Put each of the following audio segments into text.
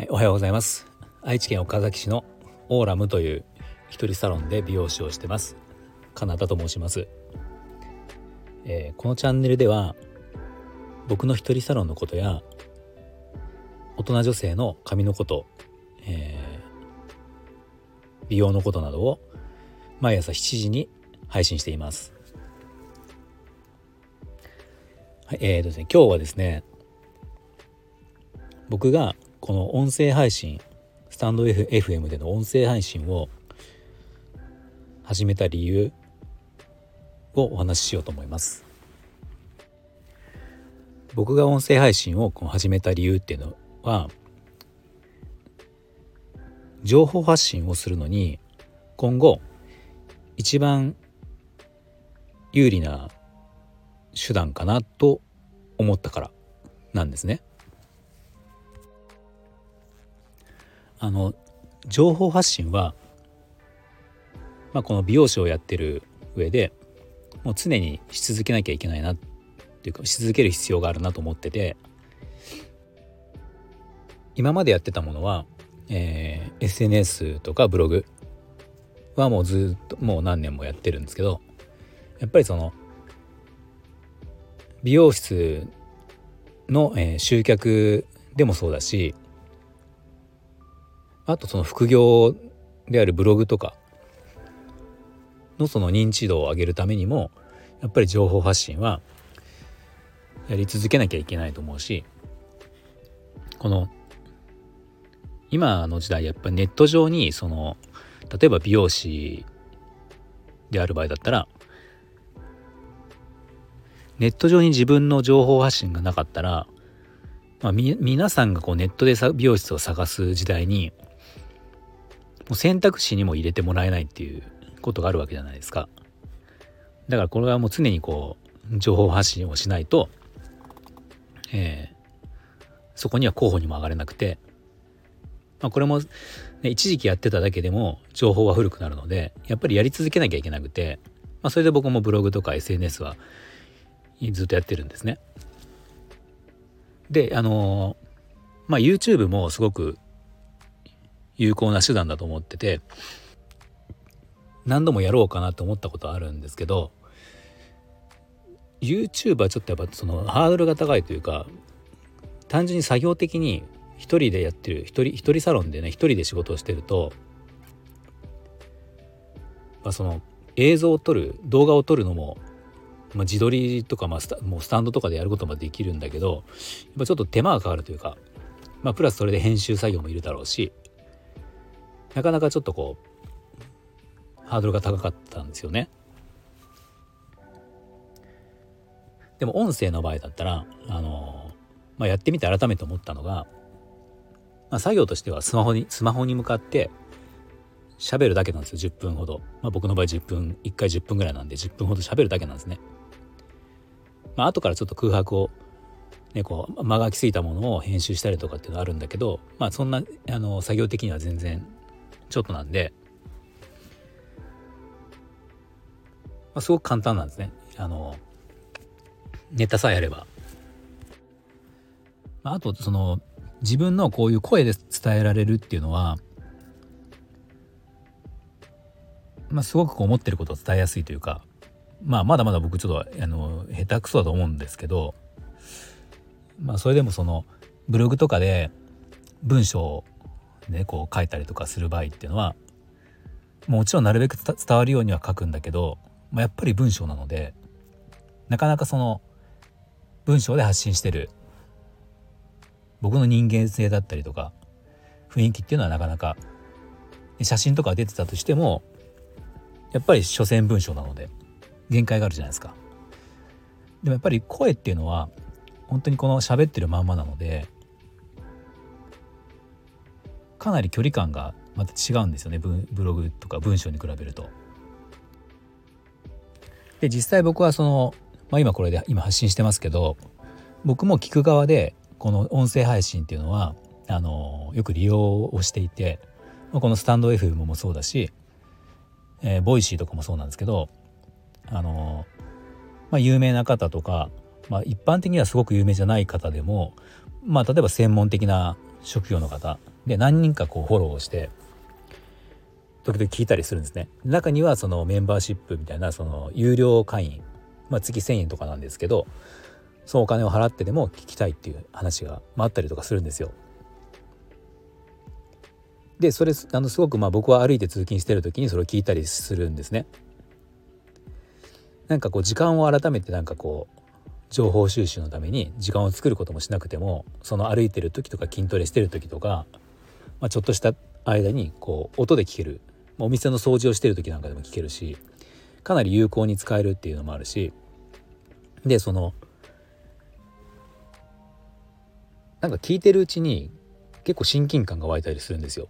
おはようございます。愛知県岡崎市のオーラムという一人サロンで美容師をしてます金田と申します。このチャンネルでは僕の一人サロンのことや大人女性の髪のこと、美容のことなどを毎朝7時に配信しています。はい、今日はですね、僕がこの音声配信スタンド FM での音声配信を始めた理由をお話ししようと思います。僕が音声配信を始めた理由っていうのは、情報発信をするのに今後一番有利な手段かなと思ったからなんですね。情報発信は、この美容師をやってる上でもう常にし続けなきゃいけないなっていうか、し続ける必要があるなと思ってて、今までやってたものは、SNS とかブログはもうずっともう何年もやってるんですけど、やっぱりその美容室の、集客でもそうだし、あとその副業であるブログとかのその認知度を上げるためにもやっぱり情報発信はやり続けなきゃいけないと思うし、この今の時代やっぱりネット上にその例えば美容師である場合だったら、ネット上に自分の情報発信がなかったら、皆さんがネットで美容室を探す時代にもう選択肢にも入れてもらえないっていうことがあるわけじゃないですか。だからこれはもう常に情報発信をしないと、そこには候補にも上がれなくて、これも、一時期やってただけでも情報は古くなるので、やっぱりやり続けなきゃいけなくて、それで僕もブログとか SNS はずっとやってるんですね。でYouTube もすごく有効な手段だと思ってて、何度もやろうかなと思ったことはあるんですけど、 YouTube はちょっとやっぱそのハードルが高いというか、単純に作業的に一人でやってる一人サロンでね、一人で仕事をしてると、その映像を撮る動画を撮るのも、自撮りとかもうスタンドとかでやることもできるんだけど、やっぱちょっと手間がかかるというか、プラスそれで編集作業もいるだろうし、なかなかちょっとハードルが高かったんですよね。でも音声の場合だったらやってみて改めて思ったのが、作業としてはスマホに向かって喋るだけなんですよ。10分ほど、僕の場合1回10分ぐらいなんで10分ほど喋るだけなんですね。後からちょっと空白を間が空きすぎたものを編集したりとかっていうのはあるんだけど、そんな作業的には全然ちょっとなんで、すごく簡単なんですね。ネタさえあれば。あとその自分のこういう声で伝えられるっていうのは、すごく思ってることを伝えやすいというか、まだまだ僕ちょっと下手くそだと思うんですけど、それでもそのブログとかで文章をね書いたりとかする場合っていうのは、もちろんなるべく伝わるようには書くんだけど、やっぱり文章なので、なかなかその文章で発信してる僕の人間性だったりとか雰囲気っていうのはなかなか、写真とか出てたとしてもやっぱり所詮文章なので限界があるじゃないですか。でもやっぱり声っていうのは本当にこの喋ってるまんまなので、かなり距離感がまた違うんですよね、ブログとか文章に比べると。で実際僕はその、今これで今発信してますけど、僕も聞く側でこの音声配信っていうのはよく利用をしていて、このスタンド FM もそうだし、ボイシーとかもそうなんですけど、有名な方とか、一般的にはすごく有名じゃない方でも、例えば専門的な職業の方で何人かこうフォローをして時々聞いたりするんですね。中にはそのメンバーシップみたいなその有料会員、月1000円とかなんですけど、そのお金を払ってでも聞きたいっていう話があったりとかするんですよ。でそれすごく僕は歩いて通勤してる時にそれを聞いたりするんですね。なんかこう時間を改めて情報収集のために時間を作ることもしなくても、その歩いてる時とか筋トレしてる時とか、ちょっとした間に音で聞ける、お店の掃除をしてる時なんかでも聞けるし、かなり有効に使えるっていうのもあるし、でなんか聞いてるうちに結構親近感が湧いたりするんですよ。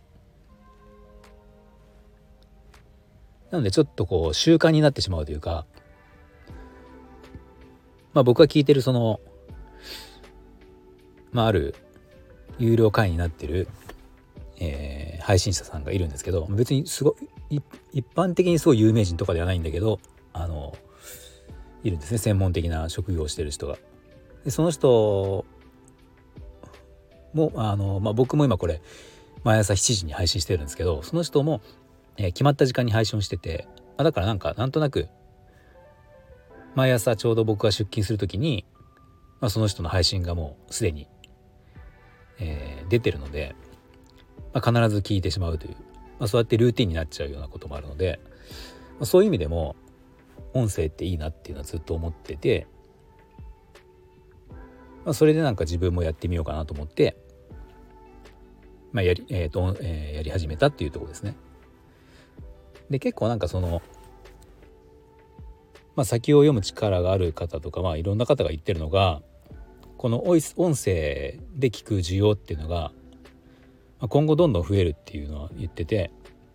なのでちょっと習慣になってしまうというか、僕が聞いてるある有料会員になってる、配信者さんがいるんですけど、別にすごい一般的にすごい有名人とかではないんだけど、いるんですね、専門的な職業をしてる人が。でその人も僕も今これ毎朝7時に配信してるんですけど、その人も、決まった時間に配信をしてて、だからなんとなく毎朝ちょうど僕が出勤する時に、その人の配信がもうすでに、出てるので、必ず聞いてしまうという、そうやってルーティンになっちゃうようなこともあるので、そういう意味でも音声っていいなっていうのはずっと思ってて、それで自分もやってみようかなと思って、やり始めたっていうところですね。で結構先を読む力がある方とか、いろんな方が言ってるのが、この音声で聞く需要っていうのが今後どんどん増えるっていうのは言ってて、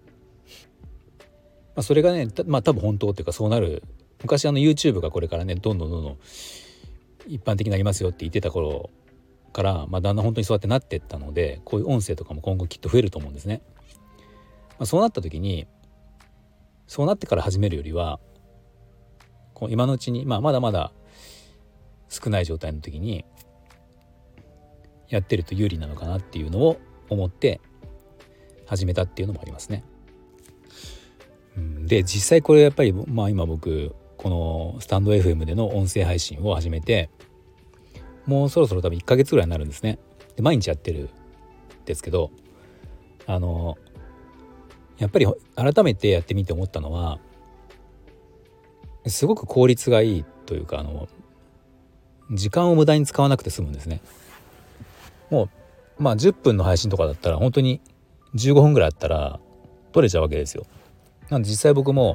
それがね多分本当っていうか、そうなる。昔YouTube がこれからねどんどん一般的になりますよって言ってた頃から、だんだん本当にそうやってなっていったので、こういう音声とかも今後きっと増えると思うんですね。そうなった時に、そうなってから始めるよりは今のうちに、まだまだ少ない状態の時にやってると有利なのかなっていうのを思って始めたっていうのもありますね。で実際これやっぱり今僕このスタンド FM での音声配信を始めてもうそろそろ多分1ヶ月ぐらいになるんですね。で毎日やってるんですけど、やっぱり改めてやってみて思ったのは、すごく効率がいいというか、時間を無駄に使わなくて済むんですね。もう10分の配信とかだったら本当に15分ぐらいあったら撮れちゃうわけですよ。なので実際僕も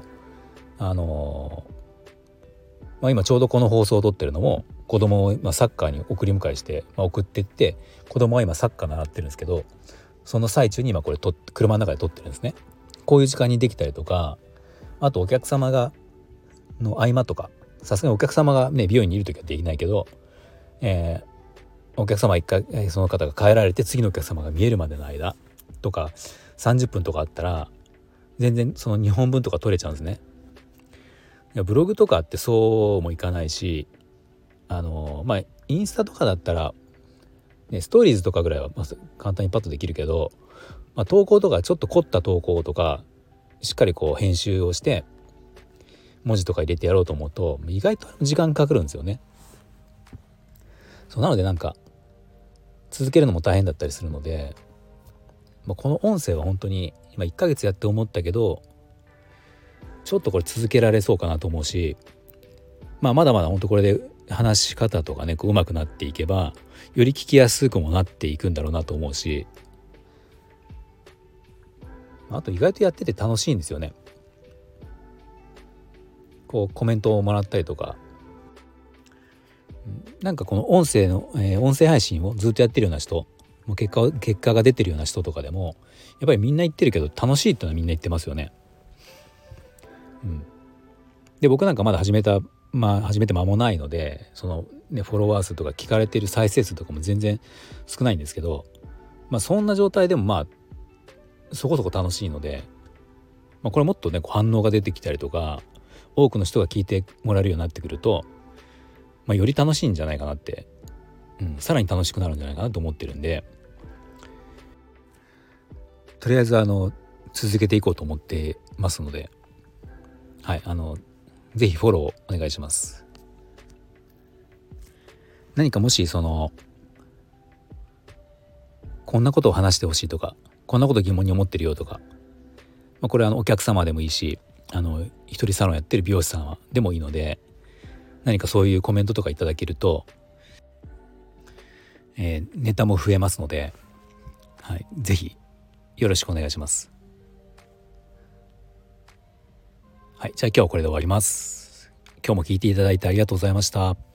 今ちょうどこの放送を撮ってるのも子供をサッカーに送り迎えして、送ってって、子供は今サッカー習ってるんですけど、その最中に今これ車の中で撮ってるんですね。こういう時間にできたりとか、あとお客様がの合間とか、さすがにお客様がね美容院にいる時はできないけど、お客様一回その方が帰られて次のお客様が見えるまでの間とか30分とかあったら全然その2本分とか取れちゃうんですね。いやブログとかってそうもいかないし、インスタとかだったら、ストーリーズとかぐらいは簡単にパッとできるけど、投稿とかちょっと凝った投稿とかしっかり編集をして文字とか入れてやろうと思うと意外と時間かかるんですよね。そうなので続けるのも大変だったりするので、この音声は本当に今1ヶ月やって思ったけど、ちょっとこれ続けられそうかなと思うし、まだまだ本当これで話し方とかねうまくなっていけばより聞きやすくもなっていくんだろうなと思うし、あと意外とやってて楽しいんですよね。コメントをもらったりとか、この音声配信をずっとやってるような人、もう結果が出てるような人とかでもやっぱりみんな言ってるけど楽しいってのはみんな言ってますよね。で僕まだ始めて間もないので、フォロワー数とか聞かれてる再生数とかも全然少ないんですけど、そんな状態でもそこそこ楽しいので、これもっとね反応が出てきたりとか多くの人が聞いてもらえるようになってくると、より楽しいんじゃないかなって、さらに楽しくなるんじゃないかなと思ってるんで、 とりあえず続けていこうと思ってますので、はい、ぜひフォローお願いします。何かもしこんなことを話してほしいとか、こんなこと疑問に思ってるよとか、これはお客様でもいいし、一人サロンやってる美容師さんでもいいので、何かそういうコメントとかいただけると、ネタも増えますので、はい、ぜひよろしくお願いします。はい、じゃあ今日はこれで終わります。今日も聞いていただいてありがとうございました。